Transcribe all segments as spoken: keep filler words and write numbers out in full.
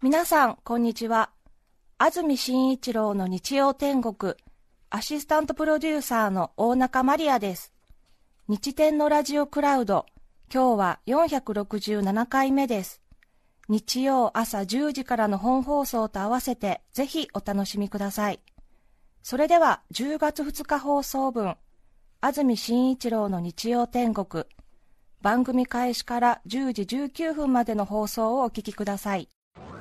皆さんこんにちは。安住紳一郎の日曜天国アシスタントプロデューサーの大中マリアです。日天のラジオクラウド、今日はよんひゃくろくじゅうななかいめです。日曜朝じゅうじからの本放送と合わせてぜひお楽しみください。それではじゅうがつふつか放送分、安住紳一郎の日曜天国、番組開始からじゅうじじゅうきゅうふんまでの放送をお聞きください。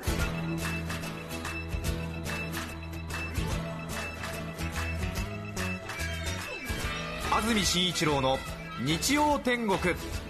安住紳一郎の日曜天国。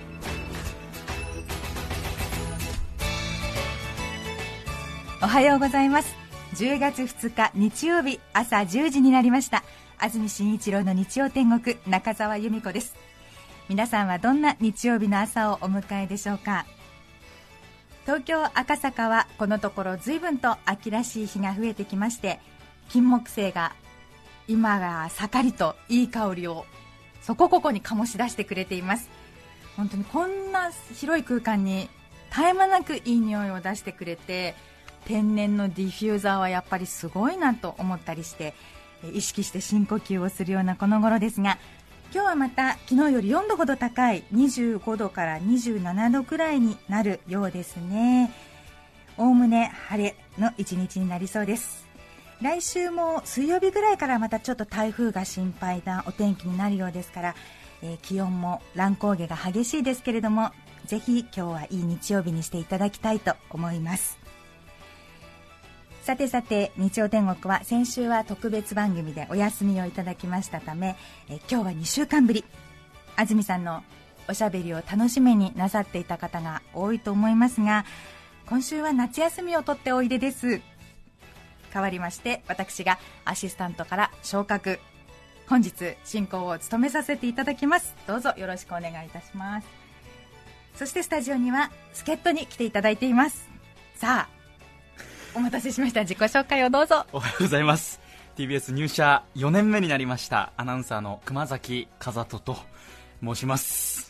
おはようございます。じゅうがつふつか日曜日朝じゅうじになりました。安住紳一郎の日曜天国、中澤由美子です。皆さんはどんな日曜日の朝をお迎えでしょうか。東京赤坂はこのところ随分と秋らしい日が増えてきまして、金木犀が今が盛りといい香りをそこここに醸し出してくれています。本当にこんな広い空間に絶え間なくいい匂いを出してくれて、天然のディフューザーはやっぱりすごいなと思ったりして、意識して深呼吸をするようなこの頃ですが、今日はまた昨日よりよんどほど高いにじゅうごどからにじゅうななどくらいになるようですね。おおむね晴れの一日になりそうです。来週も水曜日ぐらいからまたちょっと台風が心配なお天気になるようですから、えー、気温も乱高下が激しいですけれども、ぜひ今日はいい日曜日にしていただきたいと思います。さてさて、日曜天国は先週は特別番組でお休みをいただきましたため、えー、今日はにしゅうかんぶり、安住さんのおしゃべりを楽しみになさっていた方が多いと思いますが、今週は夏休みを取っておいでです。代わりまして私がアシスタントから昇格、本日進行を務めさせていただきます。どうぞよろしくお願いいたします。そしてスタジオには助っ人に来ていただいています。さあお待たせしました、自己紹介をどうぞ。 おはようございます。 ティービーエス 入社よねんめになりましたアナウンサーの熊崎和人と申します。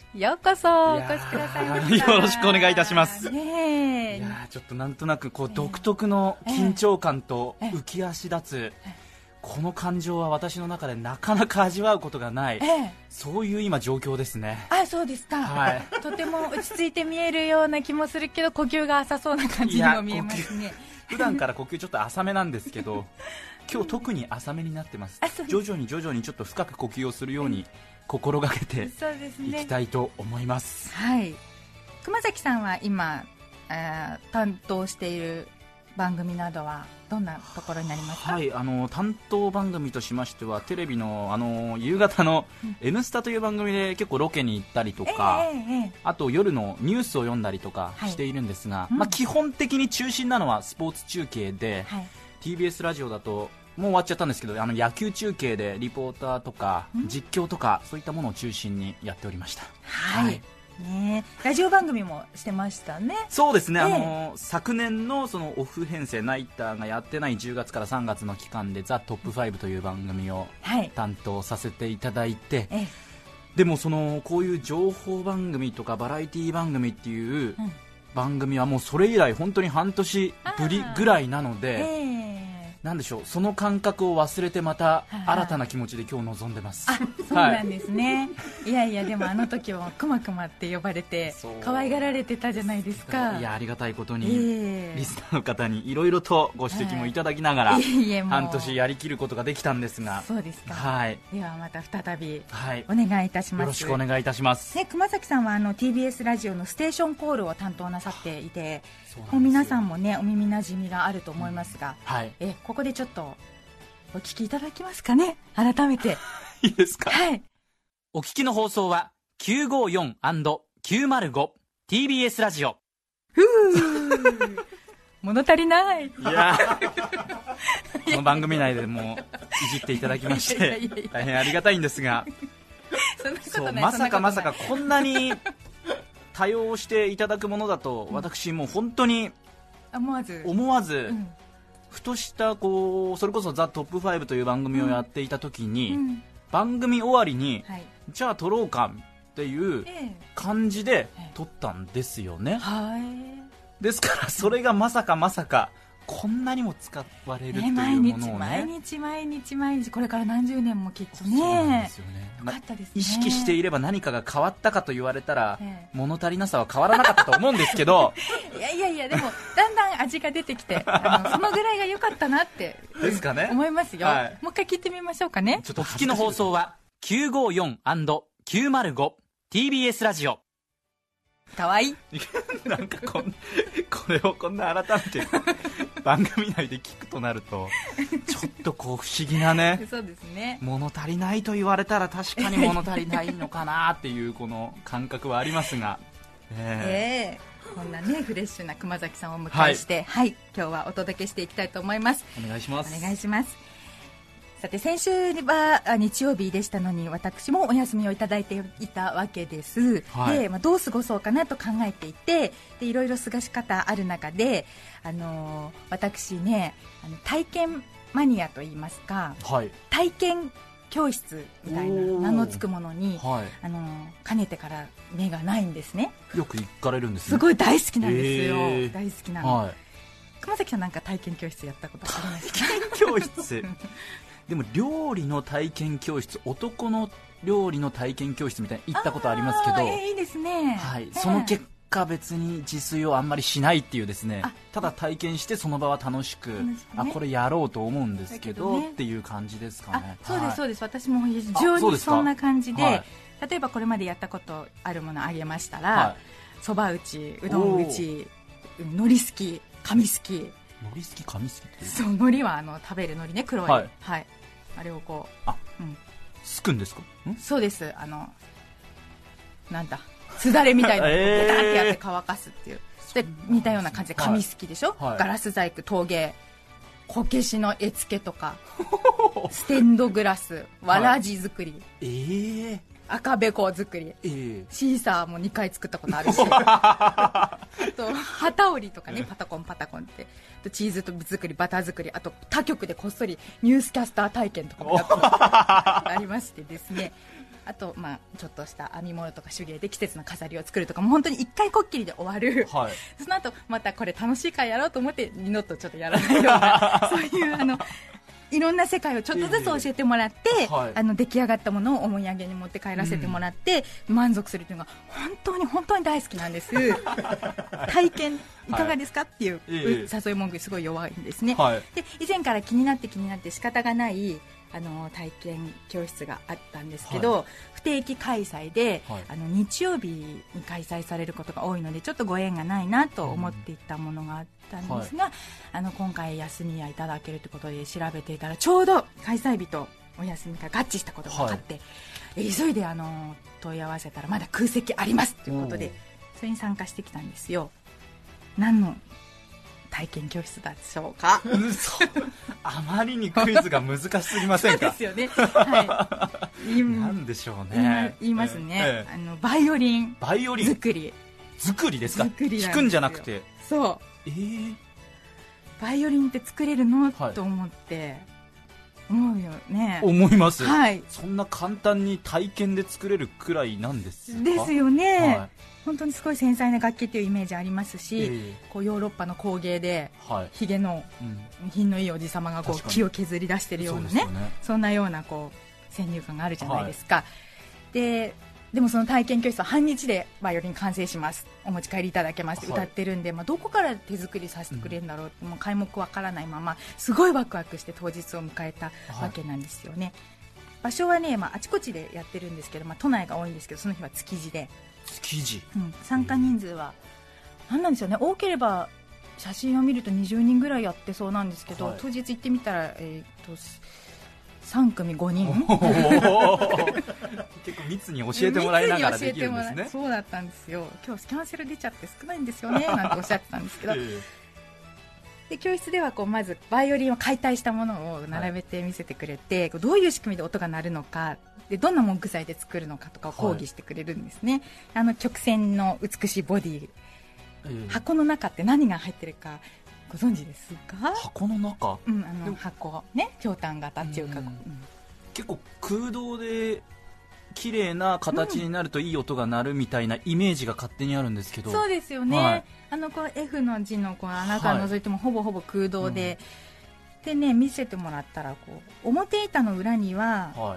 ようこそお越しくださいました。 よろしくお願いいたします。 ねえ、 いやちょっとなんとなくこう独特の緊張感と浮き足立つこの感情は私の中でなかなか味わうことがない、ええ、そういう今状況ですね。 あ、そうですか、はい、とても落ち着いて見えるような気もするけど、呼吸が浅そうな感じにも見えますね。 普段から呼吸ちょっと浅めなんですけど今日特に浅めになってます。徐々に徐々にちょっと深く呼吸をするように心がけていきたいと思います。 す、ね、はい。熊崎さんは今、えー、担当している番組などはどんなところになりますか。 はい、あの担当番組としましてはテレビの、あの夕方の「N スタ」という番組で結構ロケに行ったりとか、えーえー、あと夜のニュースを読んだりとかしているんですが、はい、まあ、基本的に中心なのはスポーツ中継で、はい、ティービーエス ラジオだともう終わっちゃったんですけど、あの野球中継でリポーターとか実況とかそういったものを中心にやっておりました。 はい、はいね、ラジオ番組もしてましたね。 そうですね、えー、あの昨年 の, そのオフ編成ナイターがやってないじゅうがつからさんがつの期間でザ・トップファイブという番組を担当させていただいて、はい、えー、でもそのこういう情報番組とかバラエティ番組っていう番組はもうそれ以来本当に半年ぶりぐらいなので、えーなんでしょう、その感覚を忘れてまた新たな気持ちで今日臨んでます。 あ、そうなんですね、はい、いやいやでもあの時はくまくまって呼ばれて可愛がられてたじゃないですか。 いやありがたいことに、えー、リスナーの方にいろいろとご指摘もいただきながら、はい、いえいえ半年やりきることができたんですが。 そうですか、はい、ではまた再びお願いいたします、はい、よろしくお願いいたします、 ね、熊崎さんはあの ティービーエス ラジオのステーションコールを担当なさっていて、もう皆さんもねお耳なじみがあると思いますが、うん、はい、えここでちょっとお聞きいただけますかね、改めていいですか。 はい、 お聞きの放送は きゅうごよんきゅうまるご ティービーエス ラジオ。 ふー物足りない。いやこの番組内でもいじっていただきまして大変ありがたいんですが、 そんなことない、 そうまさかまさかこんなに多用していただくものだと、うん、私もう本当に思わず思わず、うん、ふとしたこうそれこそザ・トップファイブという番組をやっていた時に、うん、番組終わりに、はい、じゃあ撮ろうかっていう感じで撮ったんですよね、 はい、 ですからそれがまさかまさかこんなにも使われるというものをね、 ね、毎日毎日毎日これから何十年もきっとね。そうなんですよね。よかったですね。 意識していれば何かが変わったかと言われたら、ええ、物足りなさは変わらなかったと思うんですけどいやいやいや、でもだんだん味が出てきてあのそのぐらいが良かったなってですかね、 思いますよ、はい、もう一回聞いてみましょうかね。 ちょっとお聞きの放送は きゅうごよんきゅうまるご ティービーエス ラジオ。 かわいいなんかこんこれをこんな改めて番組内で聞くとなるとちょっとこう不思議なねそうですね、 物足りないと言われたら確かに物足りないのかなっていうこの感覚はありますが、 えーえー、こんなねフレッシュな熊崎さんをお迎えして、はい、はい、今日はお届けしていきたいと思います。 お願いします。 お願いします。さて先週は日曜日でしたのに私もお休みをいただいていたわけです、はい、で、まあ、どう過ごそうかなと考えていて、でいろいろ過ごし方ある中で、あのー、私ねあの体験マニアといいますか、はい、体験教室みたいな名の付くものに、はい、あのー、かねてから目がないんですね。 よく行かれるんですね。 すごい大好きなんですよ、えー、大好きなの、はい、熊崎さんなんか体験教室やったことありますか？ 体験教室でも料理の体験教室、男の料理の体験教室みたいに行ったことありますけど、 えー、いいですね、 はい、その結果別に自炊をあんまりしないっていうですね、ただ体験してその場は楽しく、ね、あこれやろうと思うんですけど、ね、っていう感じですかね。 あそうです、はい、そうです。私も非常にそんな感じで、はい、例えばこれまでやったことあるものあげましたら、そば、はい、打ち、うどん打ち、海苔すき、紙すき、 海苔すき紙すきってそう、海苔はあの食べる海苔ね、黒い、はいはい、あれをこうあ、うん、すくんですか？んそうです。あのなんだすだれみたいなのをペタってやって乾かすっていう、えー、で似たような感じで紙すきでしょ、はい、ガラス細工、陶芸、こけしの絵付けとかステンドグラス、わらじ作り、はい、えー赤べこ作り、えー、シーサーもにかい作ったことあるしあと旗織りとかね、パタコンパタコンって、とチーズと作り、バター作り、あと他局でこっそりニュースキャスター体験とかもやったことがありましてですねあと、まあ、ちょっとした編み物とか手芸で季節の飾りを作るとかも本当にいっかいこっきりで終わる、はい、その後またこれ楽しいからやろうと思って二度とちょっとやらないようなそういうあのいろんな世界をちょっとずつ教えてもらって、えーはい、あの出来上がったものをお土産に持って帰らせてもらって、うん、満足するというのが本当に本当に大好きなんです体験いかがですか、はい、っていう、えー、誘い文句すごい弱いんですね、はい、で以前から気になって気になって仕方がないあの体験教室があったんですけど、はい、不定期開催で、はい、あの日曜日に開催されることが多いのでちょっとご縁がないなと思っていたものがあったんですが、うんはい、あの今回休みがいただけるということで調べていたらちょうど開催日とお休みが合致したことが分かって、はい、急いであの問い合わせたらまだ空席ありますということでそれに参加してきたんですよ。何の体験教室でしょうかあまりにクイズが難しすぎませんか？ そうですよね、はい、 なんでしょうね。 言いますね、ええ、あのバイオリンバイオリン作り作りですか？弾くんじゃなくて。 そう、 えー、 バイオリンって作れるの、はい、と思って思うよね。 思います、 はい、 そんな簡単に体験で作れるくらいなんですか？ ですよね、はい、本当にすごい繊細な楽器というイメージありますし、えー、こうヨーロッパの工芸で、はい、ひげの、うん、品のいいおじさまがこう木を削り出しているような ね, そ, ねそんなようなこう先入観があるじゃないですか、はい、で, でもその体験教室は半日でバイオリン完成します、お持ち帰りいただけますって歌ってるんで、はい、まあ、どこから手作りさせてくれるんだろうって、うん、もう皆目わからないまますごいワクワクして当日を迎えたわけなんですよね、はい、場所はね、まあ、あちこちでやってるんですけど、まあ、都内が多いんですけどその日は築地で築地、 うん、参加人数は何なんでしょうね、多ければ写真を見るとにじゅうにんぐらいやってそうなんですけど、はい、当日行ってみたら、えー、とさん組ごにん結構密に教えてもらいながらできるんですね。 そうだったんですよ。今日キャンセル出ちゃって少ないんですよねなんておっしゃってたんですけど、えー、で教室ではこうまずバイオリンを解体したものを並べて見せてくれて、はい、どういう仕組みで音が鳴るのかでどんな木材で作るのかとかを講義してくれるんですね、はい、あの曲線の美しいボディ、えー、箱の中って何が入ってるかご存知ですか？ 箱の中、 うん、あの箱ね、ひょうたん型っていうか、うんうん、 結構空洞で綺麗な形になるといい音が鳴るみたいなイメージが勝手にあるんですけど、 そうですよね、 はい、 あのこう F の字のこう穴から覗いてもほぼほぼ空洞で、はい、でね見せてもらったらこう表板の裏には、はい、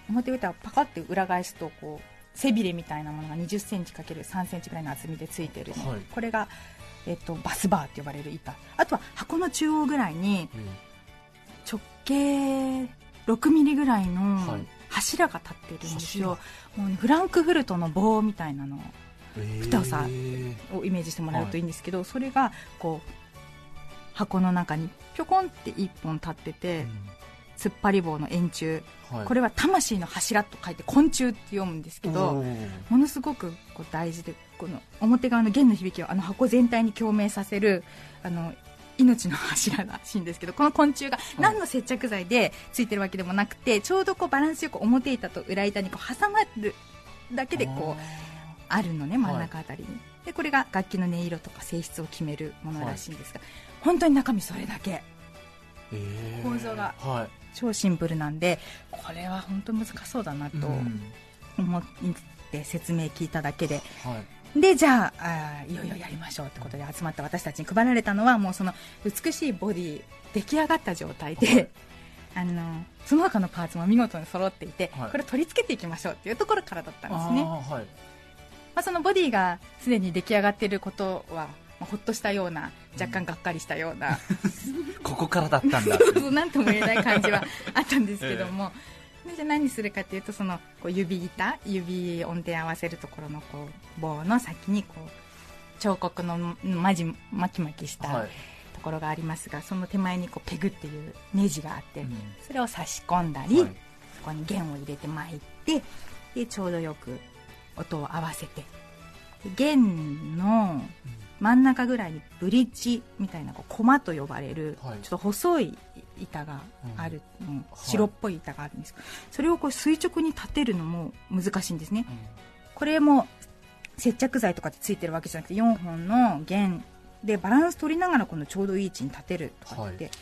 表板をパカって裏返すとこう背びれみたいなものがにじゅっセンチかけるさんセンチぐらいの厚みでついてる、ね、はい、これが、えっと、バスバーって呼ばれる板、あとは箱の中央ぐらいに直径ろくミリぐらいの柱が立ってるんですよ、もう、ね、フランクフルトの棒みたいなの、太さをイメージしてもらうといいんですけど、はい、それがこう箱の中にぴょこんっていっぽん立ってて、うん、突っ張り棒の円柱、はい、これは魂の柱と書いて昆虫って読むんですけど、ものすごくこう大事で、この表側の弦の響きをあの箱全体に共鳴させるあの命の柱らしいんですけど、この昆虫が何の接着剤でついてるわけでもなくて、はい、ちょうどこうバランスよく表板と裏板にこう挟まるだけでこうあるのね、真ん中あたりに、はい、でこれが楽器の音色とか性質を決めるものらしいんですが、はい、本当に中身それだけ、えー、構造が超シンプルなんで、これは本当に難しそうだなと思って説明聞いただけで、はい、でじゃあ、あいよいよやりましょうってことで集まった私たちに配られたのは、もうその美しいボディ出来上がった状態で、はい、あのその他のパーツも見事に揃っていて、はい、これ取り付けていきましょうっていうところからだったんですね。あ、はい、まあ、そのボディがすでに出来上がっていることは、まあ、ほっとしたような、若干がっかりしたような、うん、 ここからだったんだなんとも言えない感じはあったんですけども、えー、でじゃあ何するかというと、そのこう指板、指音程合わせるところのこう棒の先にこう彫刻のまじ巻き巻きしたところがありますが、はい、その手前にこうペグっていうネジがあって、うん、それを差し込んだり、はい、そこに弦を入れて巻いて、でちょうどよく音を合わせて、弦の真ん中ぐらいにブリッジみたいなこうコマと呼ばれる、はい、ちょっと細い板がある、うん、白っぽい板があるんです、はい、それをこう垂直に立てるのも難しいんですね、うん、これも接着剤とかでついてるわけじゃなくて、よんほんの弦でバランス取りながらこのちょうどいい位置に立てるとかって、はい、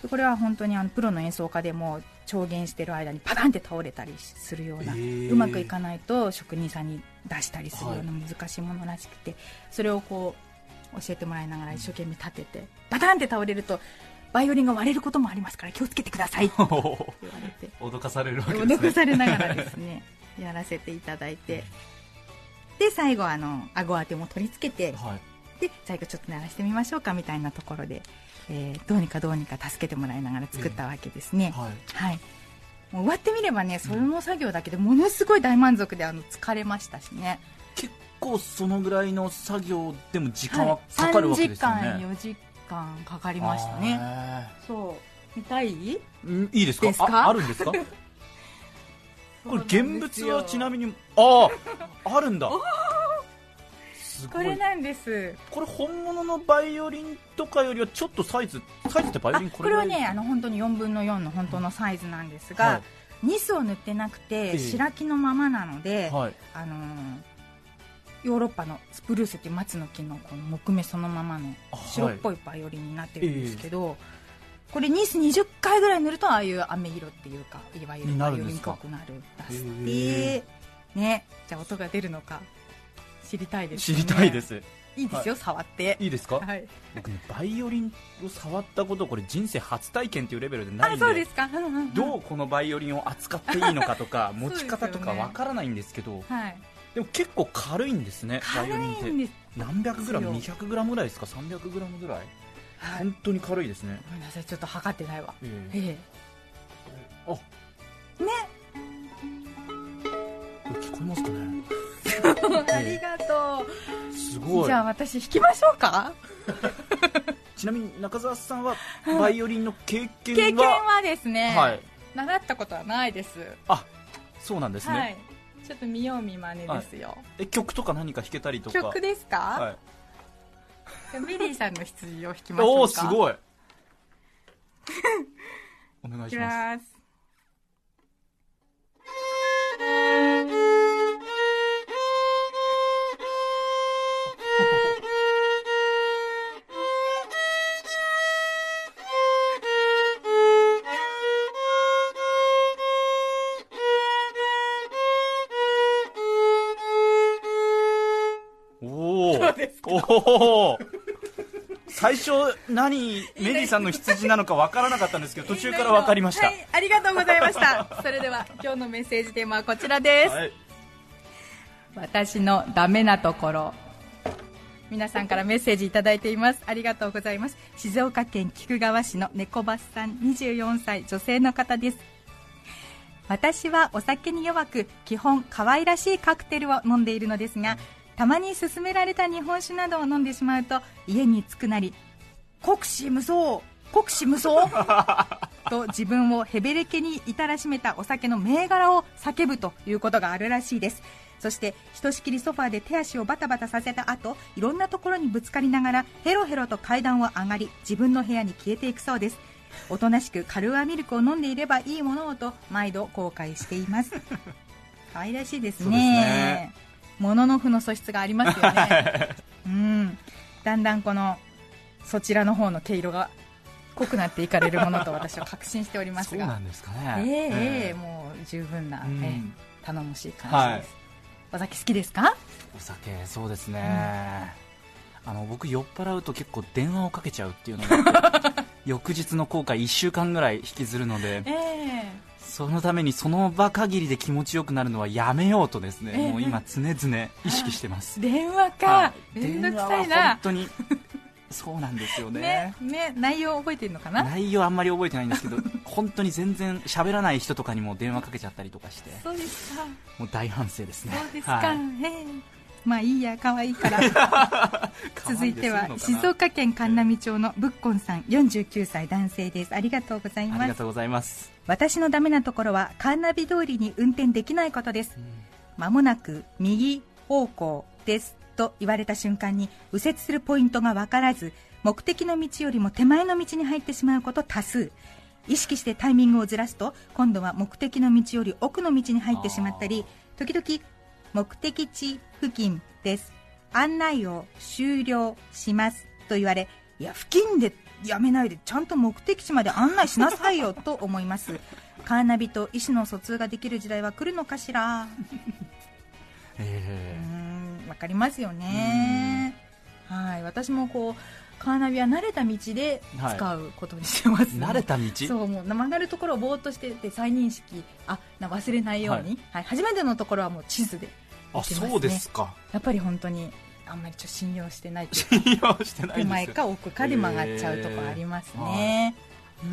これは本当にあのプロの演奏家でも調弦してる間にパタンって倒れたりするような、えー、うまくいかないと職人さんに出したりするような難しいものらしくて、はい、それをこう教えてもらいながら一生懸命立てて、バタンって倒れるとバイオリンが割れることもありますから気をつけてくださいって言われて脅かされるわけですね。 脅かされながらですねやらせていただいて、で最後あの顎当ても取り付けて、はい、で最後ちょっと鳴らしてみましょうかみたいなところで、えー、どうにかどうにか助けてもらいながら作ったわけですね、えーはいはい、もう終わってみればね、その作業だけでものすごい大満足で、あの疲れましたしね。 結構そのぐらいの作業でも時間はかかるわけですよね、はい、さんじかんよじかんかかりましたね。そう見たい？いいですか？ですか？ あ, あるんですか？これ現物はちなみにあああるんだすごい。 これなんです。 これ本物のバイオリンとかよりはちょっとサイズサイズってバイオリンこれこれはね、あの本当によんぶんのよんの本当のサイズなんですが、はい、ニスを塗ってなくて白木のままなので、はい、あのーヨーロッパのスプルースっていう松の木のこの木目そのままの白っぽいバイオリンになってるんですけど、はい、これニスにじゅっかいぐらい塗るとああいう飴色っていうか、いわゆるバイオリンっぽくなる出してね。じゃあ音が出るのか知りたいですね。 知りたいです。 いいですよ、はい、触っていいですか？はい、僕ねバイオリンを触ったことこれ人生初体験っていうレベルでないんで、 あ、そうですか、うんうんうん、 どうこのバイオリンを扱っていいのかとか持ち方とかわからないんですけど、はい、でも結構軽いんですね。バイオリンって何百グラム、にひゃくグラムぐらいですか？さんびゃくグラムぐらい、はい、本当に軽いですね。 ごめんなさい、ちょっと測ってないわ。えーえー、あね、 これ聞こえますかねありがとう。すごい。 じゃあ私弾きましょうかちなみに中澤さんはバイオリンの経験は？ 経験はですね、はい、習ったことはないです。 あ、そうなんですね、はい、 ちょっと見よう見まねですよ。 え、曲とか何か弾けたりとか？ 曲ですか？はい、じゃあメリーさんの羊を弾きましょうか。 おー、すごいお願いします。 ですか。 おー最初何メリーさんの羊なのか分からなかったんですけど途中から分かりました。 はい、ありがとうございましたそれでは今日のメッセージテーマはこちらです、はい、私のダメなところ。皆さんからメッセージいただいています。ありがとうございます。静岡県菊川市の猫バスさん、にじゅうよんさい女性の方です。私はお酒に弱く基本可愛らしいカクテルを飲んでいるのですが、たまに勧められた日本酒などを飲んでしまうと家に着くなり国士無双国士無双と自分をヘベレケに至らしめたお酒の銘柄を叫ぶということがあるらしいです。そしてひとしきりソファーで手足をバタバタさせた後、いろんなところにぶつかりながらヘロヘロと階段を上がり自分の部屋に消えていくそうです。おとなしくカルーアミルクを飲んでいればいいものをと毎度後悔しています可愛らしいです ね, ですね。モノノフの素質がありますよねうん、だんだんこのそちらの方の毛色が濃くなっていかれるものと私は確信しておりますがそうなんですかね。 えーえー、もう十分な、えー、頼もしい感じです、はい。お酒好きですか？ お酒そうですね、うん、あの僕酔っ払うと結構電話をかけちゃうっていうのが翌日の後悔いっしゅうかんぐらい引きずるので、えーそのためにその場限りで気持ちよくなるのはやめようとですね、えー、もう今常々意識してます。 電話か、めんどくさいな。 本当にそうなんですよ ね, ね, ね内容覚えてるのかな。 内容あんまり覚えてないんですけど本当に全然喋らない人とかにも電話かけちゃったりとかして。 そうですか。 もう大反省ですね。 そうですか、はい、えーまあいいや、可愛いから続いては静岡県函南町のぶっこんさん、よんじゅうきゅうさい男性です。ありがとうございます。 ありがとうございます。 私のダメなところはカーナビ通りに運転できないことです。まもなく右方向ですと言われた瞬間に右折するポイントが分からず、目的の道よりも手前の道に入ってしまうこと多数。意識してタイミングをずらすと今度は目的の道より奥の道に入ってしまったり、時々目的地付近です、案内を終了しますと言われ、いや付近でやめないでちゃんと目的地まで案内しなさいよと思います。カーナビと意思の疎通ができる時代は来るのかしら。えー、うーん、わかりますよね。はい、私もこうカーナビは慣れた道で使うことにしてます、ね。 はい、慣れた道。 そう、もう曲がるところをぼーっとしてて再認識、あ、忘れないように、はいはい、初めてのところはもう地図で行ってますね。 あ、そうですか。 やっぱり本当にあんまりちょっと信用してないというか、信用してないです。 手前か奥かで曲がっちゃうところありますね。はい、うん、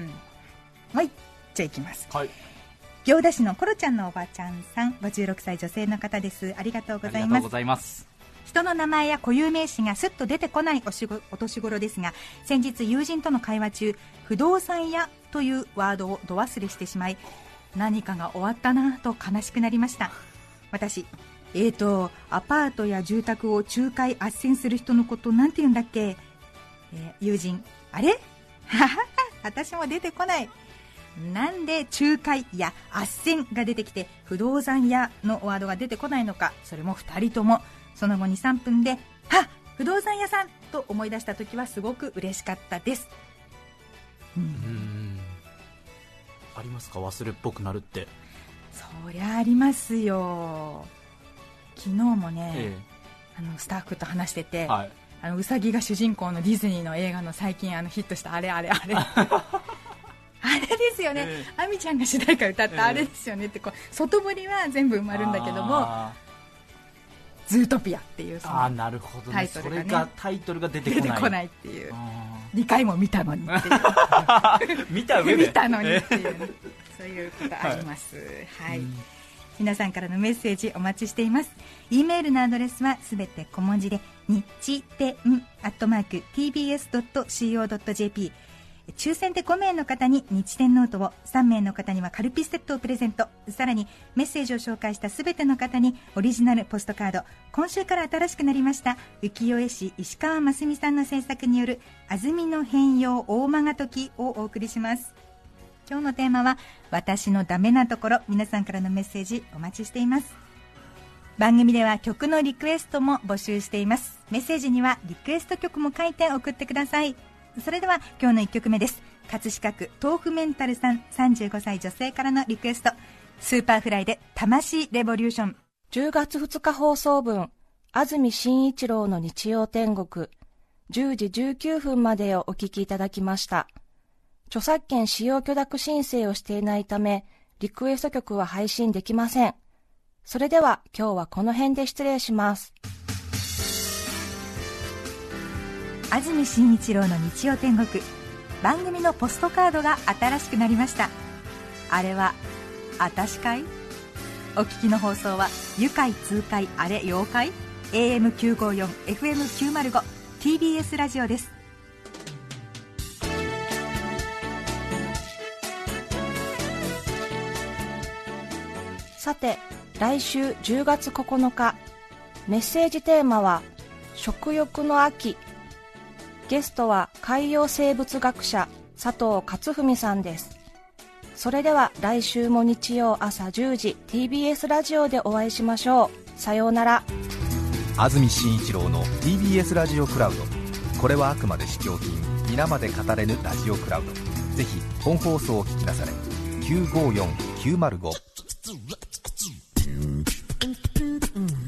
はい、じゃあいきます。はい。行田市のコロちゃんのおばちゃんさん、ごじゅうろくさい女性の方です。ありがとうございます。ありがとうございます。人の名前や固有名詞がすっと出てこないおしごお年頃ですが、先日友人との会話中、不動産屋というワードをど忘れしてしまい、何かが終わったなと悲しくなりました。私、えーとアパートや住宅を仲介斡旋する人のことなんて言うんだっけ。えー、友人、あれ私も出てこない。なんで仲介や斡旋が出てきて不動産屋のワードが出てこないのか。それもふたりともその後 にさんぷんで、はっ、不動産屋さんと思い出した時はすごく嬉しかったです。うん、うーん、 ありますか、忘れっぽくなるって。 そりゃありますよ。昨日もね、ええ、あのスタッフと話してて、はい、あのウサギが主人公のディズニーの映画の最近あのヒットしたあれあれあれあれですよね、ええ、アミちゃんが主題歌歌ったあれですよねって、こう外堀は全部埋まるんだけども、ズートピアっていうそのあ、なるほど、ね、タイトルが、ね、それがタイトルが出てこない出てこないっていう、にかいも見たのにっていう見た上で見たのにっていう、ね、そういうことあります。はい、はい、皆さんからのメッセージお待ちしています。 E メールのアドレスはすべて小文字で日天アットマーク ティービーエスドットシーオードットジェーピー、抽選でごめいの方に日天ノートを、さんめいの方にはカルピスセットをプレゼント。さらにメッセージを紹介したすべての方にオリジナルポストカード、今週から新しくなりました浮世絵師石川真澄さんの制作による安曇の変容大間が時をお送りします。今日のテーマは私のダメなところ。皆さんからのメッセージお待ちしています。番組では曲のリクエストも募集しています。メッセージにはリクエスト曲も書いて送ってください。それでは今日のいっきょくめです。葛飾区豆腐メンタルさん、さんじゅうごさい女性からのリクエスト、スーパーフライで魂レボリューション。 じゅうがつふつか放送分、 安住紳一郎の日曜天国、じゅうじじゅうきゅうふんまでをお聞きいただきました。著作権使用許諾申請をしていないため、リクエスト曲は配信できません。それでは今日はこの辺で失礼します。 安住紳一郎の日曜天国、番組のポストカードが新しくなりました。あれはあたしかい？お聞きの放送は愉快痛快あれ妖怪 エーエムきゅうごよん エフエムきゅうまるご ティービーエス ラジオです。 さて、来週じゅうがつここのか、メッセージテーマは食欲の秋。ゲストは海洋生物学者佐藤勝文さんです。それでは来週も日曜朝じゅうじ ティービーエス ラジオでお会いしましょう。さようなら。 安住紳一郎の ティービーエス ラジオクラウド。これはあくまで試供品、皆まで語れぬラジオクラウド。ぜひ本放送を聞きなされ。きゅうごよん きゅうまるご